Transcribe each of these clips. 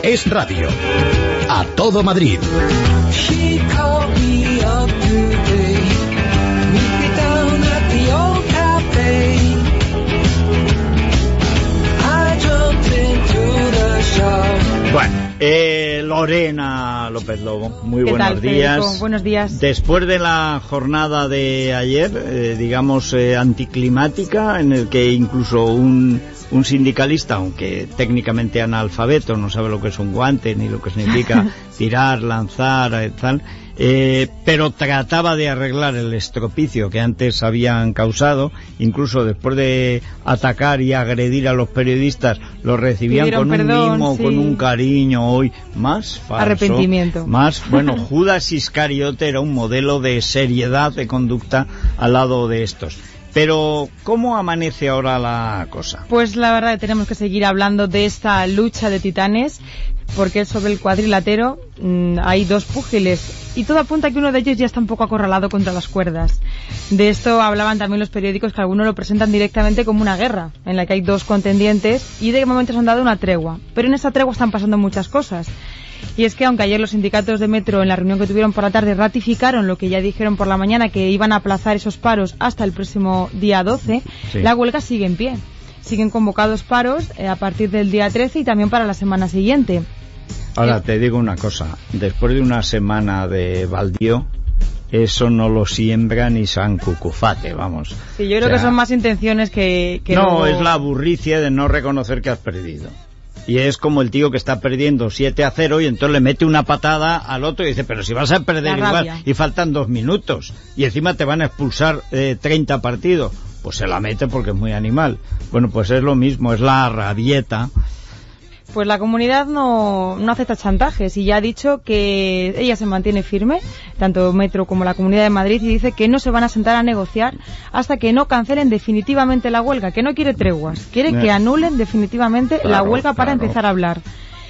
Es radio. A todo Madrid. Bueno, Lorena López Lobo, muy buenos días. Federico? Buenos días. Después de la jornada de ayer, digamos, anticlimática, en el que incluso un sindicalista, aunque técnicamente analfabeto, no sabe lo que es un guante, ni lo que significa tirar, lanzar, tal, pero trataba de arreglar el estropicio que antes habían causado. Incluso después de atacar y agredir a los periodistas, los recibían con un mimo, sí, con un cariño. Hoy más falso, arrepentimiento, más, bueno, Judas Iscariote era un modelo de seriedad de conducta al lado de estos. Pero, ¿cómo amanece ahora la cosa? Pues la verdad que tenemos que seguir hablando de esta lucha de titanes, porque sobre el cuadrilátero hay dos púgiles y todo apunta a que uno de ellos ya está un poco acorralado contra las cuerdas. De esto hablaban también los periódicos, que algunos lo presentan directamente como una guerra, en la que hay dos contendientes y de momento se han dado una tregua. Pero en esa tregua están pasando muchas cosas. Y es que aunque ayer los sindicatos de Metro, en la reunión que tuvieron por la tarde, ratificaron lo que ya dijeron por la mañana, que iban a aplazar esos paros hasta el próximo día 12, sí, la huelga sigue en pie. Siguen convocados paros a partir del día 13 y también para la semana siguiente. Ahora te digo una cosa, después de una semana de baldío, eso no lo siembra ni San Cucufate, vamos. Sí, yo creo que son más intenciones que no, luego... es la aburricia de no reconocer que has perdido. Y es como el tío que está perdiendo 7-0 y entonces le mete una patada al otro y dice, pero si vas a perder igual y faltan 2 minutos y encima te van a expulsar 30 partidos, pues se la mete porque es muy animal. Bueno, pues es lo mismo, es la rabieta. Pues la comunidad no acepta chantajes y ya ha dicho que ella se mantiene firme, tanto Metro como la Comunidad de Madrid, y dice que no se van a sentar a negociar hasta que no cancelen definitivamente la huelga, que no quiere treguas, quiere que anulen definitivamente la huelga para empezar a hablar.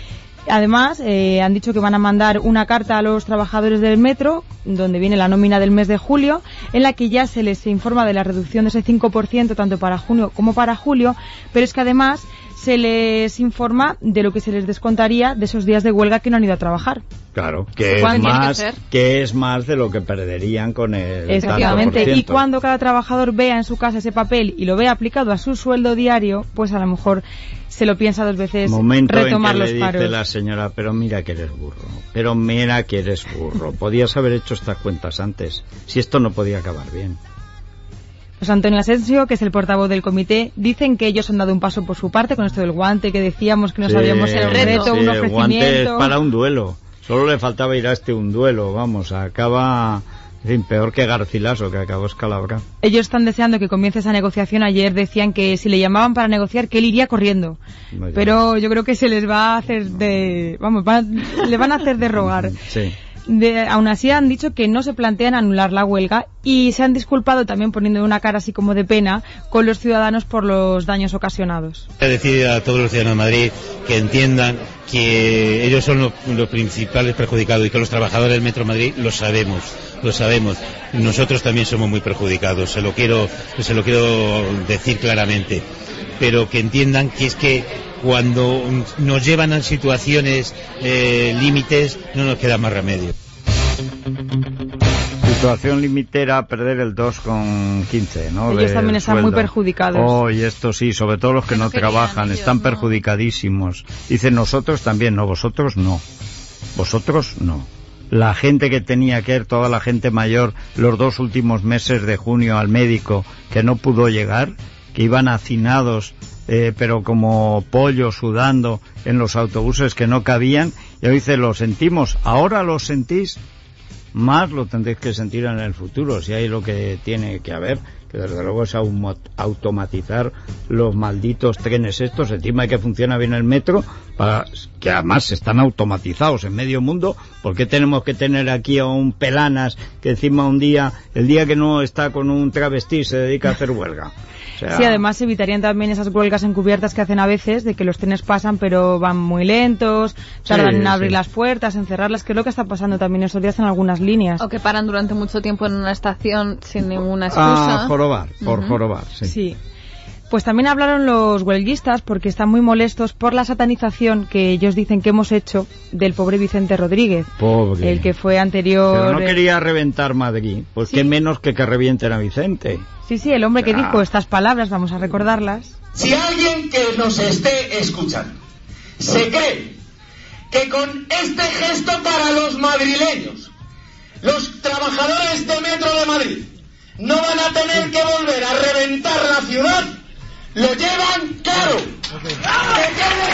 Además, han dicho que van a mandar una carta a los trabajadores del Metro, donde viene la nómina del mes de julio, en la que ya se les informa de la reducción de ese 5% tanto para junio como para julio, pero es que además se les informa de lo que se les descontaría de esos días de huelga que no han ido a trabajar. Claro, que es más de lo que perderían con el efectivamente, tanto por ciento. Y cuando cada trabajador vea en su casa ese papel y lo vea aplicado a su sueldo diario, pues a lo mejor se lo piensa 2 veces retomar los paros. Le dice la señora, pero mira que eres burro, podías haber hecho estas cuentas antes, si esto no podía acabar bien. Pues Antonio Asensio, que es el portavoz del comité, dicen que ellos han dado un paso por su parte con esto del guante, que decíamos que no sabíamos el reto, un ofrecimiento. El guante es para un duelo, solo le faltaba ir a un duelo, vamos, acaba... En fin, peor que Garcilaso, que acabó escalabra. Ellos están deseando que comience esa negociación. Ayer decían que si le llamaban para negociar, que él iría corriendo. Pero yo creo que se les va a hacer le van a hacer de rogar. Sí. Aún así han dicho que no se plantean anular la huelga y se han disculpado también poniendo una cara así como de pena con los ciudadanos por los daños ocasionados. He decidido a todos los ciudadanos de Madrid que entiendan que ellos son los principales perjudicados y que los trabajadores del Metro Madrid lo sabemos. Nosotros también somos muy perjudicados, se lo quiero decir claramente, pero que entiendan que es que cuando nos llevan a situaciones límites no nos queda más remedio. Situación limitera, perder el 2,15, ¿no? Ellos también están muy perjudicados. Oh, y esto sí, sobre todo los que no trabajan, están perjudicadísimos. Dicen nosotros también, no, vosotros no. La gente que tenía que ir, toda la gente mayor, los 2 últimos meses de junio al médico, que no pudo llegar, que iban hacinados, pero como pollo sudando en los autobuses que no cabían, y hoy dice, lo sentimos, ahora lo sentís, más lo tendréis que sentir en el futuro, si hay lo que tiene que haber, que desde luego es automatizar los malditos trenes estos, encima de que funciona bien el metro, para que además están automatizados en medio mundo. ¿Por qué tenemos que tener aquí a un pelanas que encima el día que no está con un travesti se dedica a hacer huelga? O sea... Sí, además evitarían también esas huelgas encubiertas que hacen a veces, de que los trenes pasan pero van muy lentos, tardan en abrir las puertas, en cerrarlas, que es lo que está pasando también estos días en algunas líneas. O que paran durante mucho tiempo en una estación sin ninguna excusa. Jorobar, sí. Pues también hablaron los huelguistas porque están muy molestos por la satanización que ellos dicen que hemos hecho del pobre Vicente Rodríguez. Pobre. El que fue anterior... Pero no quería reventar Madrid. Pues Sí. qué menos que revienten a Vicente. Sí, el hombre que dijo estas palabras, vamos a recordarlas. Si alguien que nos esté escuchando se cree que con este gesto para los madrileños, los trabajadores de Metro de Madrid no van a tener que volver a reventar la ciudad, lo llevan caro. ¡Que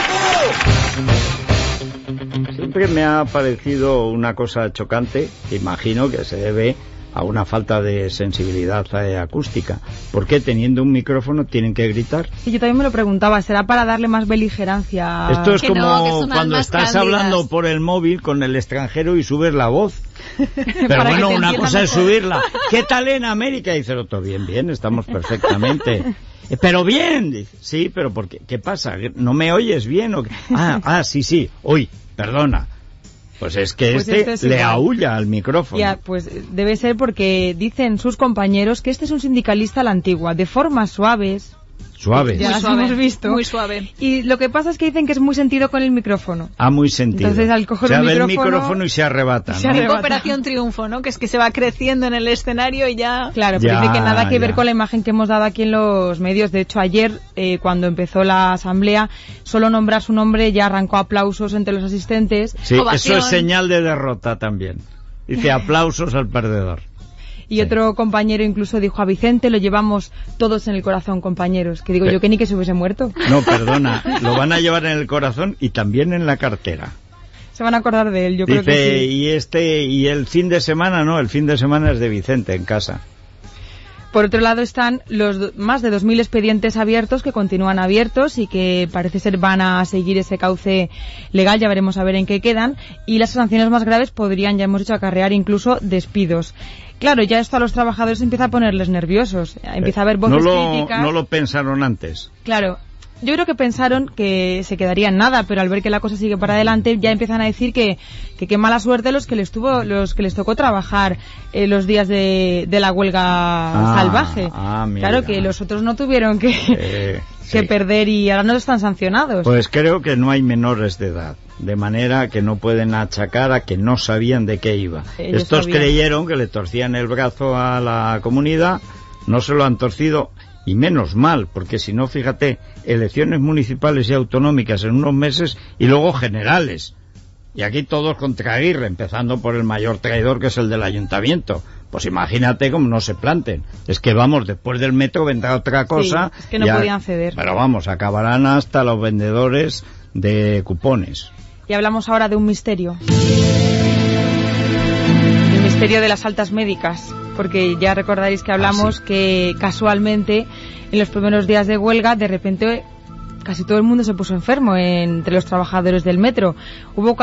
quede claro! Siempre me ha parecido una cosa chocante, que imagino que se debe a una falta de sensibilidad acústica. ¿Por qué teniendo un micrófono tienen que gritar? Sí, yo también me lo preguntaba, ¿será para darle más beligerancia? Esto es Que como no, que son cuando almas estás cándidas. hablando por el móvil con el extranjero y subes la voz. Pero Para que bueno, te una entienda cosa es mejor. subirla. ¿Qué tal en América? Dice el otro, bien, estamos perfectamente. Pero bien, dice, sí, pero ¿por qué? ¿Qué pasa? ¿No me oyes bien? ¿O qué? Sí, uy, perdona. Pues es que Pues este es le igual. aúlla al micrófono. Ya, pues debe ser porque dicen sus compañeros que este es un sindicalista a la antigua, de formas suaves. Suave. Ya Muy las suave, hemos visto. muy suave. Y lo que pasa es que dicen que es muy sentido con el micrófono. Muy sentido. Entonces, al coger se un ve el micrófono micrófono y se arrebata, se ¿no? arrebata. Operación Triunfo, ¿no? Que es que se va creciendo en el escenario y ya... Claro, Ya, pero dice que nada que ver ya. con la imagen que hemos dado aquí en los medios. De hecho, ayer, cuando empezó la asamblea, solo nombrar su nombre ya arrancó aplausos entre los asistentes. Sí, Ovación. eso es señal de derrota también. Dice aplausos al perdedor. Y Sí. otro compañero incluso dijo a Vicente, lo llevamos todos en el corazón, compañeros. Que digo yo que ni que se hubiese muerto. No, perdona, lo van a llevar en el corazón y también en la cartera. Se van a acordar de él, yo creo Dice, que sí. y el fin de semana, no, el fin de semana es de Vicente en casa. Por otro lado están los más de 2.000 expedientes abiertos que continúan abiertos y que parece ser van a seguir ese cauce legal, ya veremos a ver en qué quedan, y las sanciones más graves podrían, ya hemos dicho, acarrear incluso despidos. Claro, ya esto a los trabajadores empieza a ponerles nerviosos, empieza a haber voces críticas. No lo pensaron antes. Claro, yo creo que pensaron que se quedaría en nada, pero al ver que la cosa sigue para adelante ya empiezan a decir que qué mala suerte los que les tocó trabajar los días de la huelga salvaje. Mira. Claro que los otros no tuvieron que Sí. perder y ahora no están sancionados. Pues creo que no hay menores de edad, de manera que no pueden achacar a que no sabían de qué iba. Ellos Estos sabían. creyeron que le torcían el brazo a la comunidad, no se lo han torcido, y menos mal, porque si no, fíjate, elecciones municipales y autonómicas en unos meses y luego generales. Y aquí todos contra Aguirre, empezando por el mayor traidor que es el del ayuntamiento. Pues imagínate cómo no se planten. Es que vamos, después del metro vendrá otra cosa. Sí, es que no podían ceder. Pero vamos, acabarán hasta los vendedores de cupones. Y hablamos ahora de un misterio. El misterio de las altas médicas. Porque ya recordaréis que hablamos que casualmente en los primeros días de huelga de repente casi todo el mundo se puso enfermo entre los trabajadores del metro. Hubo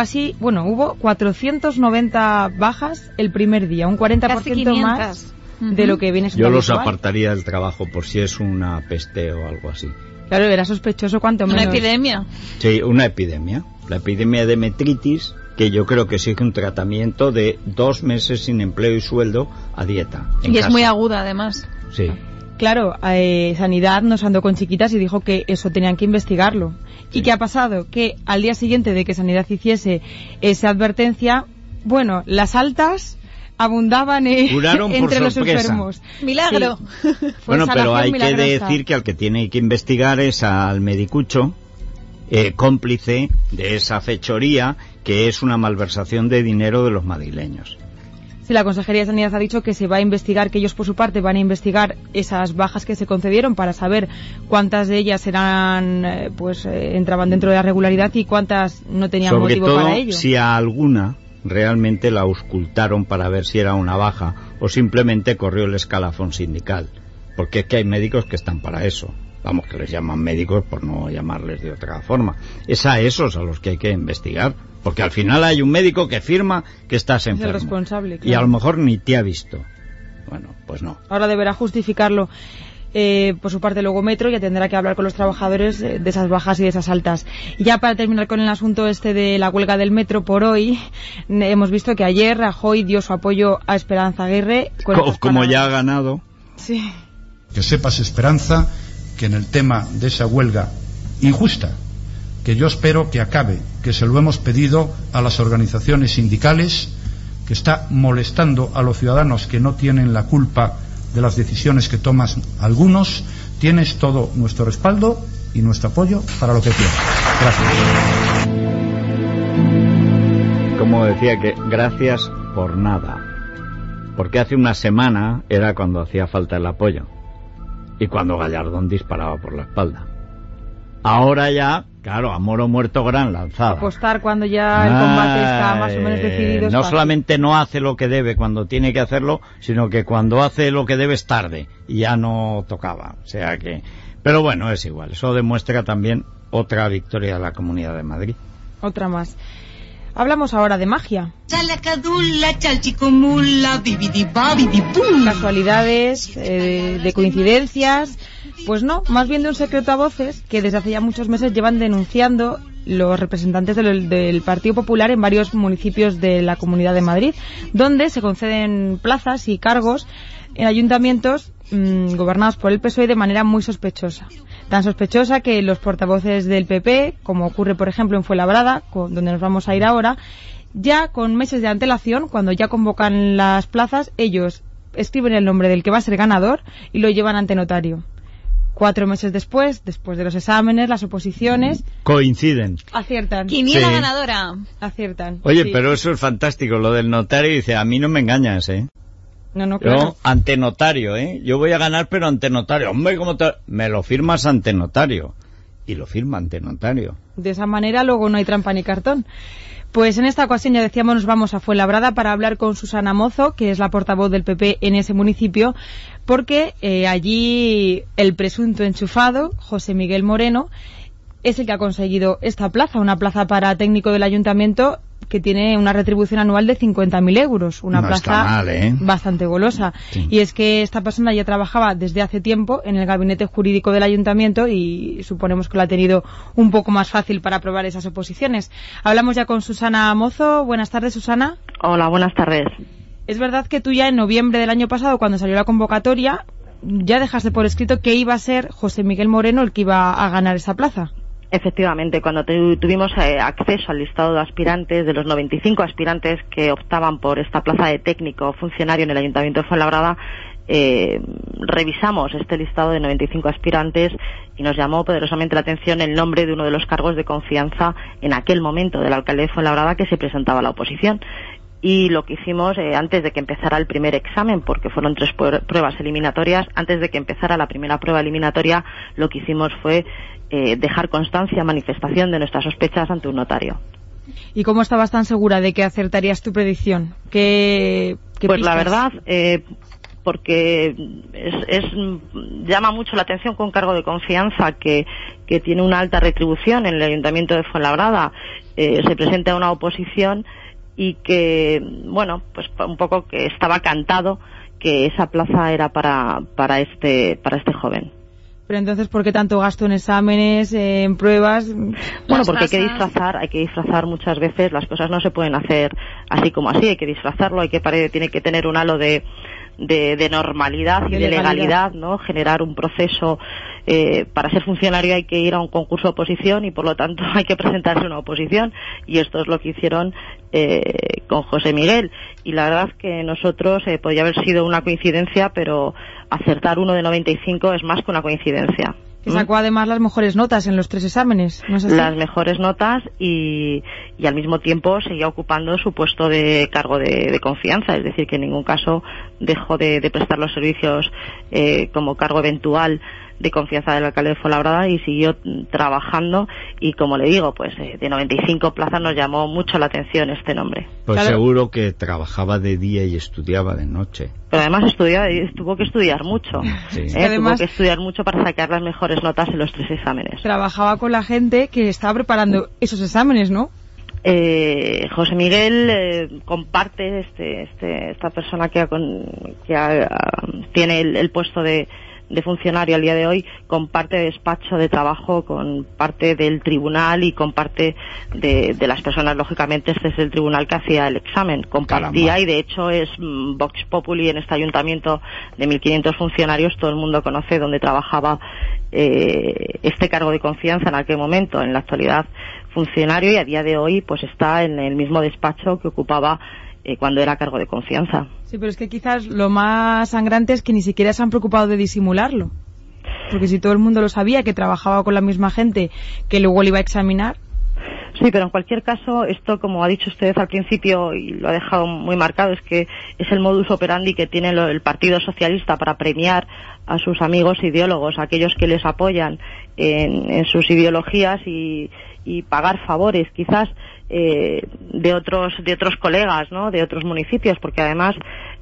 490 bajas el primer día, un 40% Casi 500. más de lo que viene siendo Yo los habitual. apartaría del trabajo por si es una peste o algo así. Claro, era sospechoso cuanto Una menos. epidemia. Sí, una epidemia. La epidemia de metritis, que yo creo que exige un tratamiento de 2 meses sin empleo y sueldo a dieta. En Y es casa. muy aguda, además. Sí. Claro, Sanidad nos andó con chiquitas y dijo que eso tenían que investigarlo. ¿Y qué ha pasado? Que al día siguiente de que Sanidad hiciese esa advertencia, bueno, las altas abundaban Curaron por entre los sorpresa. enfermos. Milagro. Sí. Fue Bueno, pero sanación hay que milagrosa. decir que al que tiene que investigar es al medicucho, cómplice de esa fechoría, que es una malversación de dinero de los madrileños. Sí, la Consejería de Sanidad ha dicho que se va a investigar, que ellos por su parte van a investigar esas bajas que se concedieron para saber cuántas de ellas eran, entraban dentro de la regularidad y cuántas no tenían Sobre motivo todo para ello. si a alguna realmente la auscultaron para ver si era una baja o simplemente corrió el escalafón sindical, porque es que hay médicos que están para eso. Vamos, que les llaman médicos por no llamarles de otra forma. Es a esos a los que hay que investigar, porque al final hay un médico que firma que estás Es enfermo el responsable, y claro. a lo mejor ni te ha visto. Bueno, pues no. Ahora deberá justificarlo. Por su parte, luego Metro ya tendrá que hablar con los trabajadores de esas bajas y de esas altas. Y ya para terminar con el asunto de la huelga del Metro, por hoy hemos visto que ayer Rajoy dio su apoyo a Esperanza Aguirre. Como ya ha ganado. Sí. Que sepas, Esperanza, que en el tema de esa huelga injusta, que yo espero que acabe, que se lo hemos pedido a las organizaciones sindicales, que está molestando a los ciudadanos que no tienen la culpa de las decisiones que toman algunos, tienes todo nuestro respaldo y nuestro apoyo para lo que quieras. Gracias. Como decía, que gracias por nada, porque hace una semana era cuando hacía falta el apoyo y cuando Gallardón disparaba por la espalda. Ahora ya, claro, a moro muerto gran lanzada. Apostar cuando ya el combate está más o menos decidido. No solamente no hace lo que debe cuando tiene que hacerlo, sino que cuando hace lo que debe es tarde y ya no tocaba. O sea que, pero bueno, es igual. Eso demuestra también otra victoria de la Comunidad de Madrid. Otra más. Hablamos ahora de magia. Casualidades, de coincidencias. Pues no, más bien de un secreto a voces que desde hace ya muchos meses llevan denunciando los representantes del Partido Popular en varios municipios de la Comunidad de Madrid, donde se conceden plazas y cargos en ayuntamientos gobernados por el PSOE de manera muy sospechosa. Tan sospechosa que los portavoces del PP, como ocurre por ejemplo en Fuenlabrada, donde nos vamos a ir ahora, ya con meses de antelación, cuando ya convocan las plazas, ellos escriben el nombre del que va a ser ganador y lo llevan ante notario. 4 meses después de los exámenes, las oposiciones... Coinciden. Aciertan. Quiniela ganadora. Aciertan. Oye, sí. Pero eso es fantástico, lo del notario. Dice, a mí no me engañas, ¿eh? No, claro. Yo, ante notario, ¿eh? Yo voy a ganar, pero ante notario. Hombre, ¿cómo te...? Me lo firmas ante notario. Y lo firma ante notario. De esa manera luego no hay trampa ni cartón. Pues en esta ocasión, ya decíamos, nos vamos a Fuenlabrada para hablar con Susana Mozo, que es la portavoz del PP en ese municipio, porque allí el presunto enchufado, José Miguel Moreno, es el que ha conseguido esta plaza, una plaza para técnico del ayuntamiento que tiene una retribución anual de 50.000 euros, una plaza bastante golosa. Sí. Y es que esta persona ya trabajaba desde hace tiempo en el gabinete jurídico del ayuntamiento y suponemos que lo ha tenido un poco más fácil para aprobar esas oposiciones. Hablamos ya con Susana Mozo. Buenas tardes, Susana. Hola, buenas tardes. Es verdad que tú ya en noviembre del año pasado, cuando salió la convocatoria, ya dejaste por escrito que iba a ser José Miguel Moreno el que iba a ganar esa plaza. Efectivamente, cuando tuvimos acceso al listado de aspirantes, de los 95 aspirantes que optaban por esta plaza de técnico funcionario en el Ayuntamiento de Fuenlabrada, revisamos este listado de 95 aspirantes y nos llamó poderosamente la atención el nombre de uno de los cargos de confianza en aquel momento del alcalde de Fuenlabrada que se presentaba a la oposición. Y lo que hicimos antes de que empezara el primer examen, porque fueron 3 pruebas eliminatorias, antes de que empezara la primera prueba eliminatoria, lo que hicimos fue dejar constancia, manifestación de nuestras sospechas ante un notario. ¿Y cómo estabas tan segura de que acertarías tu predicción? ¿Qué pues pistas? La verdad, porque llama mucho la atención que un cargo de confianza que tiene una alta retribución en el Ayuntamiento de Fuenlabrada se presente a una oposición y que, bueno, pues un poco que estaba cantado que esa plaza era para este joven. Pero entonces, ¿por qué tanto gasto en exámenes, en pruebas? Bueno, porque hay que disfrazar muchas veces, las cosas no se pueden hacer así como así, hay que disfrazarlo, tiene que tener un halo de normalidad y de legalidad, ¿no? Generar un proceso, para ser funcionario hay que ir a un concurso de oposición y por lo tanto hay que presentarse a una oposición, y esto es lo que hicieron con José Miguel, y la verdad que nosotros podría haber sido una coincidencia, pero acertar uno de 95 es más que una coincidencia. Que sacó además las mejores notas en los 3 exámenes, ¿no es así? Las mejores notas y al mismo tiempo seguía ocupando su puesto de cargo de confianza, es decir, que en ningún caso dejó de prestar los servicios como cargo eventual de confianza del alcalde de Fuenlabrada y siguió trabajando, y como le digo, pues de 95 plazas nos llamó mucho la atención este nombre. Pues claro. Seguro que trabajaba de día y estudiaba de noche. Pero además tuvo que estudiar mucho, sí. Además, tuvo que estudiar mucho para sacar las mejores notas en los 3 exámenes. Trabajaba con la gente que estaba preparando esos exámenes, ¿no? José Miguel comparte esta persona que tiene el puesto de funcionario al día de hoy con parte de despacho de trabajo, con parte del tribunal y con parte de las personas, lógicamente este es el tribunal que hacía el examen, compartía. Caramba. Y de hecho es Vox Populi en este ayuntamiento de 1.500 funcionarios, todo el mundo conoce dónde trabajaba este cargo de confianza en aquel momento. En la actualidad funcionario, y a día de hoy pues está en el mismo despacho que ocupaba cuando era cargo de confianza. Sí, pero es que quizás lo más sangrante es que ni siquiera se han preocupado de disimularlo, porque si todo el mundo lo sabía, que trabajaba con la misma gente que luego le iba a examinar. Sí, pero en cualquier caso, esto, como ha dicho usted al principio, y lo ha dejado muy marcado, es que es el modus operandi que tiene el Partido Socialista para premiar a sus amigos ideólogos, a aquellos que les apoyan en sus ideologías y pagar favores, quizás, de otros colegas, ¿no?, de otros municipios, porque además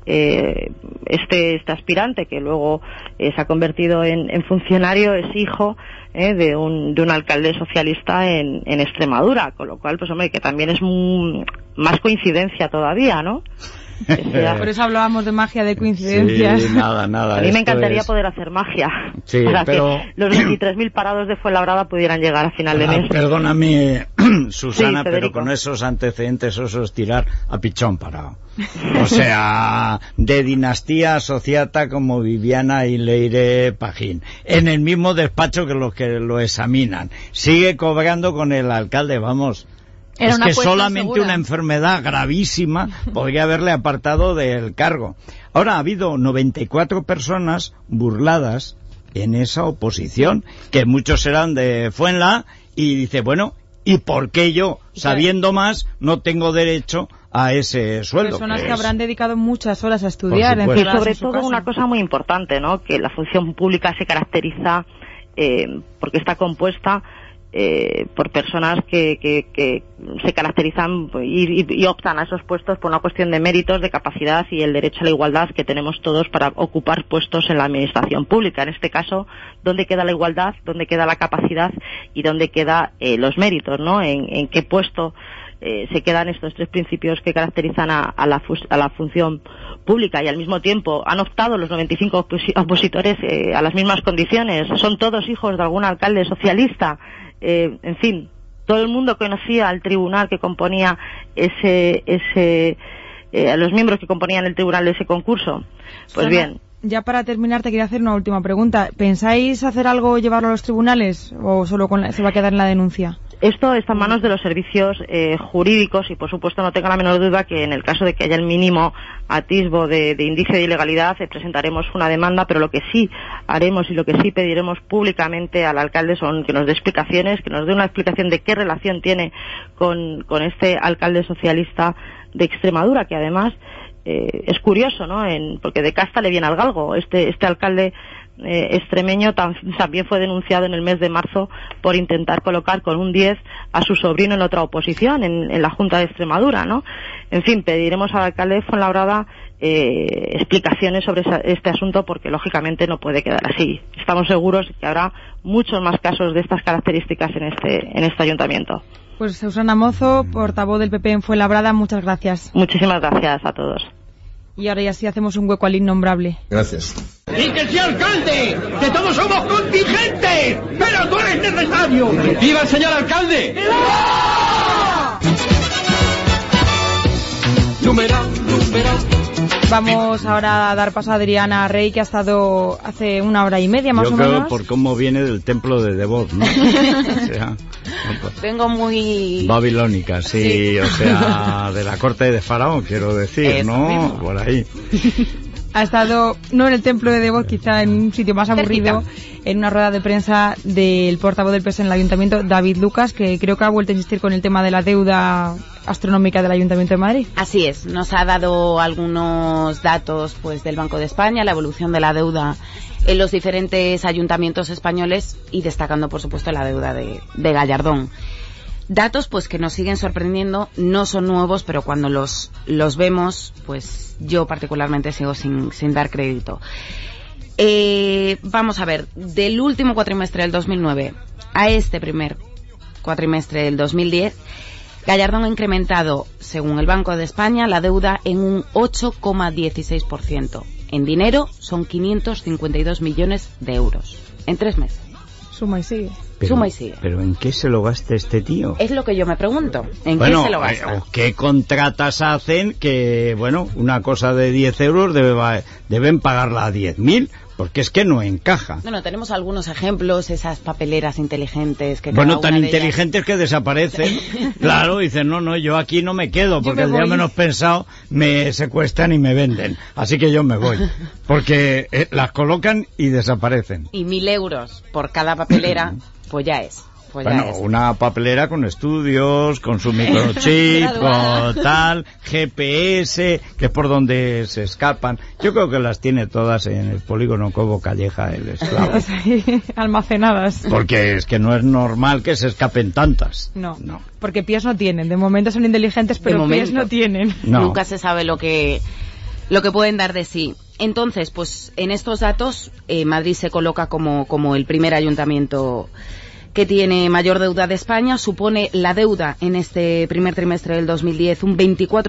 este aspirante que luego se ha convertido en funcionario es hijo de un alcalde socialista en Extremadura, con lo cual, pues hombre, que también es más coincidencia todavía, ¿no? Por eso hablábamos de magia, de coincidencias. Sí, nada. A mí me encantaría poder hacer magia, sí, para pero que los 23.000 parados de Fuenlabrada pudieran llegar a final de mes. Perdóname, Susana, sí, pero con esos antecedentes, eso es tirar a pichón parado. O sea, de dinastía asociata como Viviana y Leire Pajín, en el mismo despacho que los que lo examinan. Sigue cobrando con el alcalde, vamos. Es que solamente segura. Una enfermedad gravísima podría haberle apartado del cargo. Ahora ha habido 94 personas burladas en esa oposición, que muchos eran de Fuenla, y dice, bueno, ¿y por qué yo, sabiendo más, no tengo derecho a ese sueldo? Personas que habrán dedicado muchas horas a estudiar. Y sobre todo una cosa muy importante, ¿no?, que la función pública se caracteriza porque está compuesta por personas que se caracterizan y optan a esos puestos por una cuestión de méritos, de capacidad y el derecho a la igualdad que tenemos todos para ocupar puestos en la administración pública. En este caso, ¿dónde queda la igualdad? ¿Dónde queda la capacidad? ¿Y dónde quedan los méritos, ¿no? ¿En qué puesto se quedan estos tres principios que caracterizan a la función pública? Y al mismo tiempo han optado los 95 opositores a las mismas condiciones. Son todos hijos de algún alcalde socialista. En fin, todo el mundo conocía al tribunal que componía a los miembros que componían el tribunal de ese concurso. Pues Susana, bien. Ya para terminar te quería hacer una última pregunta. ¿Pensáis hacer algo o llevarlo a los tribunales o solo se va a quedar en la denuncia? Esto está en manos de los servicios jurídicos y, por supuesto, no tenga la menor duda que en el caso de que haya el mínimo atisbo de indicio de ilegalidad presentaremos una demanda, pero lo que sí haremos y lo que sí pediremos públicamente al alcalde son que nos dé explicaciones, que nos dé una explicación de qué relación tiene con este alcalde socialista de Extremadura, que además es curioso, ¿no?, porque de casta le viene al galgo. Este alcalde extremeño también fue denunciado en el mes de marzo por intentar colocar con un 10 a su sobrino en otra oposición en la Junta de Extremadura, ¿no? En fin, pediremos al alcalde de Fuenlabrada explicaciones sobre este asunto, porque lógicamente no puede quedar así. Estamos seguros que habrá muchos más casos de estas características en este ayuntamiento. Pues Susana Mozo, portavoz del PP en Fuenlabrada, muchas gracias. Muchísimas gracias a todos. Y ahora ya sí hacemos un hueco al innombrable. Gracias. ¡Y que sea alcalde! ¡Que todos somos contingentes! ¡Pero tú eres necesario! ¡Viva el señor alcalde! ¡Viva! Numeral. Vamos ahora a dar paso a Adriana Rey, que ha estado hace una hora y media más o menos. Yo creo por cómo viene del templo de Devot, ¿no? O sea, vengo muy... babilónica, sí, o sea, de la corte de Faraón, quiero decir, ¿no? Mismo. Por ahí. Ha estado, no en el templo de Devot, quizá en un sitio más aburrido, en una rueda de prensa del portavoz del PS en el Ayuntamiento, David Lucas, que creo que ha vuelto a insistir con el tema de la deuda astronómica del Ayuntamiento de Madrid. Así es, nos ha dado algunos datos pues del Banco de España, la evolución de la deuda en los diferentes ayuntamientos españoles y destacando, por supuesto, la deuda de Gallardón. Datos pues que nos siguen sorprendiendo, no son nuevos, pero cuando los vemos, pues yo particularmente sigo sin dar crédito. Vamos a ver, del último cuatrimestre del 2009 a este primer cuatrimestre del 2010, Gallardón ha incrementado, según el Banco de España, la deuda en un 8,16%. En dinero son 552 millones de euros. En 3 meses. Suma y sigue. Suma y sigue. ¿Pero en qué se lo gasta este tío? Es lo que yo me pregunto. ¿En qué se lo gasta? ¿Qué contratas hacen que, bueno, una cosa de 10 euros deben pagarla a 10.000? Porque es que no encaja. Bueno, tenemos algunos ejemplos, esas papeleras inteligentes que bueno, tan inteligentes que desaparecen. Claro, dicen, no, yo aquí no me quedo, porque el día menos pensado me secuestran y me venden. Así que yo me voy. Porque las colocan y desaparecen. Y 1.000 euros por cada papelera, pues ya es. Bueno, una papelera con estudios, con su microchip, con tal, GPS, que es por donde se escapan. Yo creo que las tiene todas en el polígono Cobo Calleja, el esclavo. Almacenadas. Porque es que no es normal que se escapen tantas. No, porque pies no tienen. De momento son inteligentes, pero pies no tienen. No. Nunca se sabe lo que pueden dar de sí. Entonces, pues en estos datos, Madrid se coloca como el primer ayuntamiento que tiene mayor deuda de España. Supone la deuda en este primer trimestre del 2010 un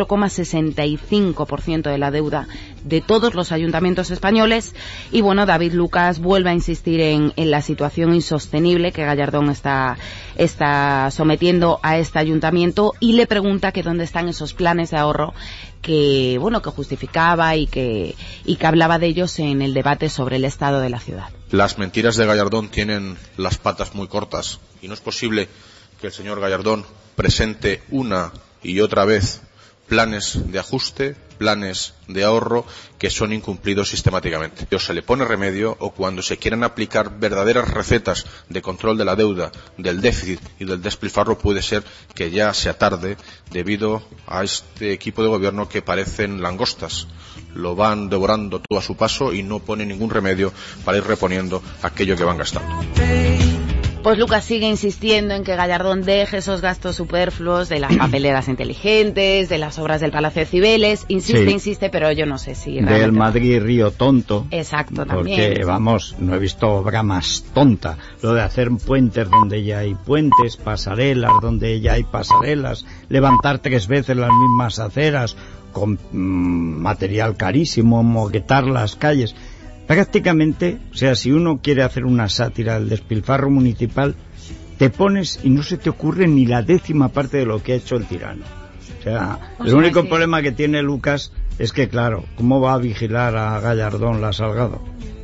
24,65% de la deuda de todos los ayuntamientos españoles. Y bueno, David Lucas vuelve a insistir en la situación insostenible que Gallardón está sometiendo a este ayuntamiento, y le pregunta que dónde están esos planes de ahorro que justificaba y que hablaba de ellos en el debate sobre el estado de la ciudad. Las mentiras de Gallardón tienen las patas muy cortas y no es posible que el señor Gallardón presente una y otra vez planes de ajuste, planes de ahorro que son incumplidos sistemáticamente. O se le pone remedio, o cuando se quieren aplicar verdaderas recetas de control de la deuda, del déficit y del despilfarro, puede ser que ya sea tarde debido a este equipo de gobierno que parecen langostas. Lo van devorando todo a su paso y no pone ningún remedio para ir reponiendo aquello que van gastando. Pues Lucas sigue insistiendo en que Gallardón deje esos gastos superfluos de las papeleras inteligentes, de las obras del Palacio de Cibeles. Insiste, pero yo no sé si realmente... Del Madrid Río tonto. Exacto, también. Porque, vamos, no he visto obra más tonta. Lo de hacer puentes donde ya hay puentes, pasarelas donde ya hay pasarelas, levantar 3 veces las mismas aceras con material carísimo, moquetar las calles... Prácticamente, o sea, si uno quiere hacer una sátira del despilfarro municipal, te pones y no se te ocurre ni la 10ª parte de lo que ha hecho el tirano. O sea, el único problema que tiene Lucas es que, claro, ¿cómo va a vigilar a Gallardón la Salgado?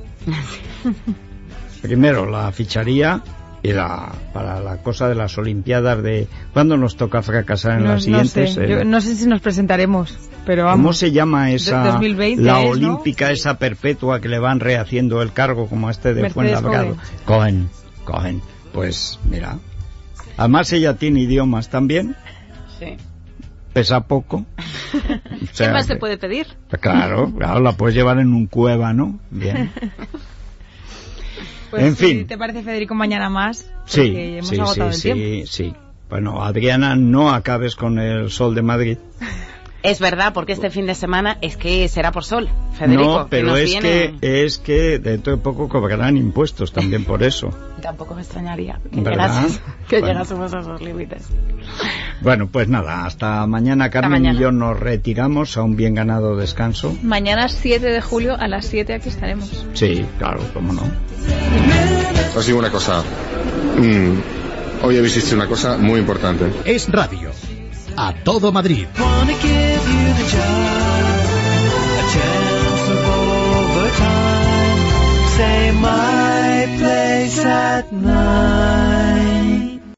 Primero, la ficharía y para la cosa de las Olimpiadas de... ¿Cuándo nos toca fracasar en las siguientes? No sé si nos presentaremos, pero vamos. ¿Cómo se llama esa? 2020 la es, olímpica, ¿no? Esa perpetua que le van rehaciendo el cargo, como este de Fuenlabrado. Cohen. Pues mira. Además ella tiene idiomas también. Sí. Pesa poco. O sea, ¿qué más te puede pedir? Claro, la puedes llevar en un cueva, ¿no? Bien. Pues en fin. ¿Te parece, Federico, mañana más? Sí, hemos agotado el tiempo. Sí. Bueno, Adriana, no acabes con el sol de Madrid. Es verdad, porque este fin de semana es que será por sol, Federico. No, pero es que dentro de poco cobrarán impuestos también por eso. Tampoco me extrañaría que llegásemos a esos límites. Bueno, pues nada, hasta mañana. Carmen y yo nos retiramos a un bien ganado descanso. Mañana 7 de julio a las 7 aquí estaremos. Sí, claro, cómo no. Os digo una cosa. Hoy habéis visto una cosa muy importante. Es radio. A todo Madrid. Say my place at night.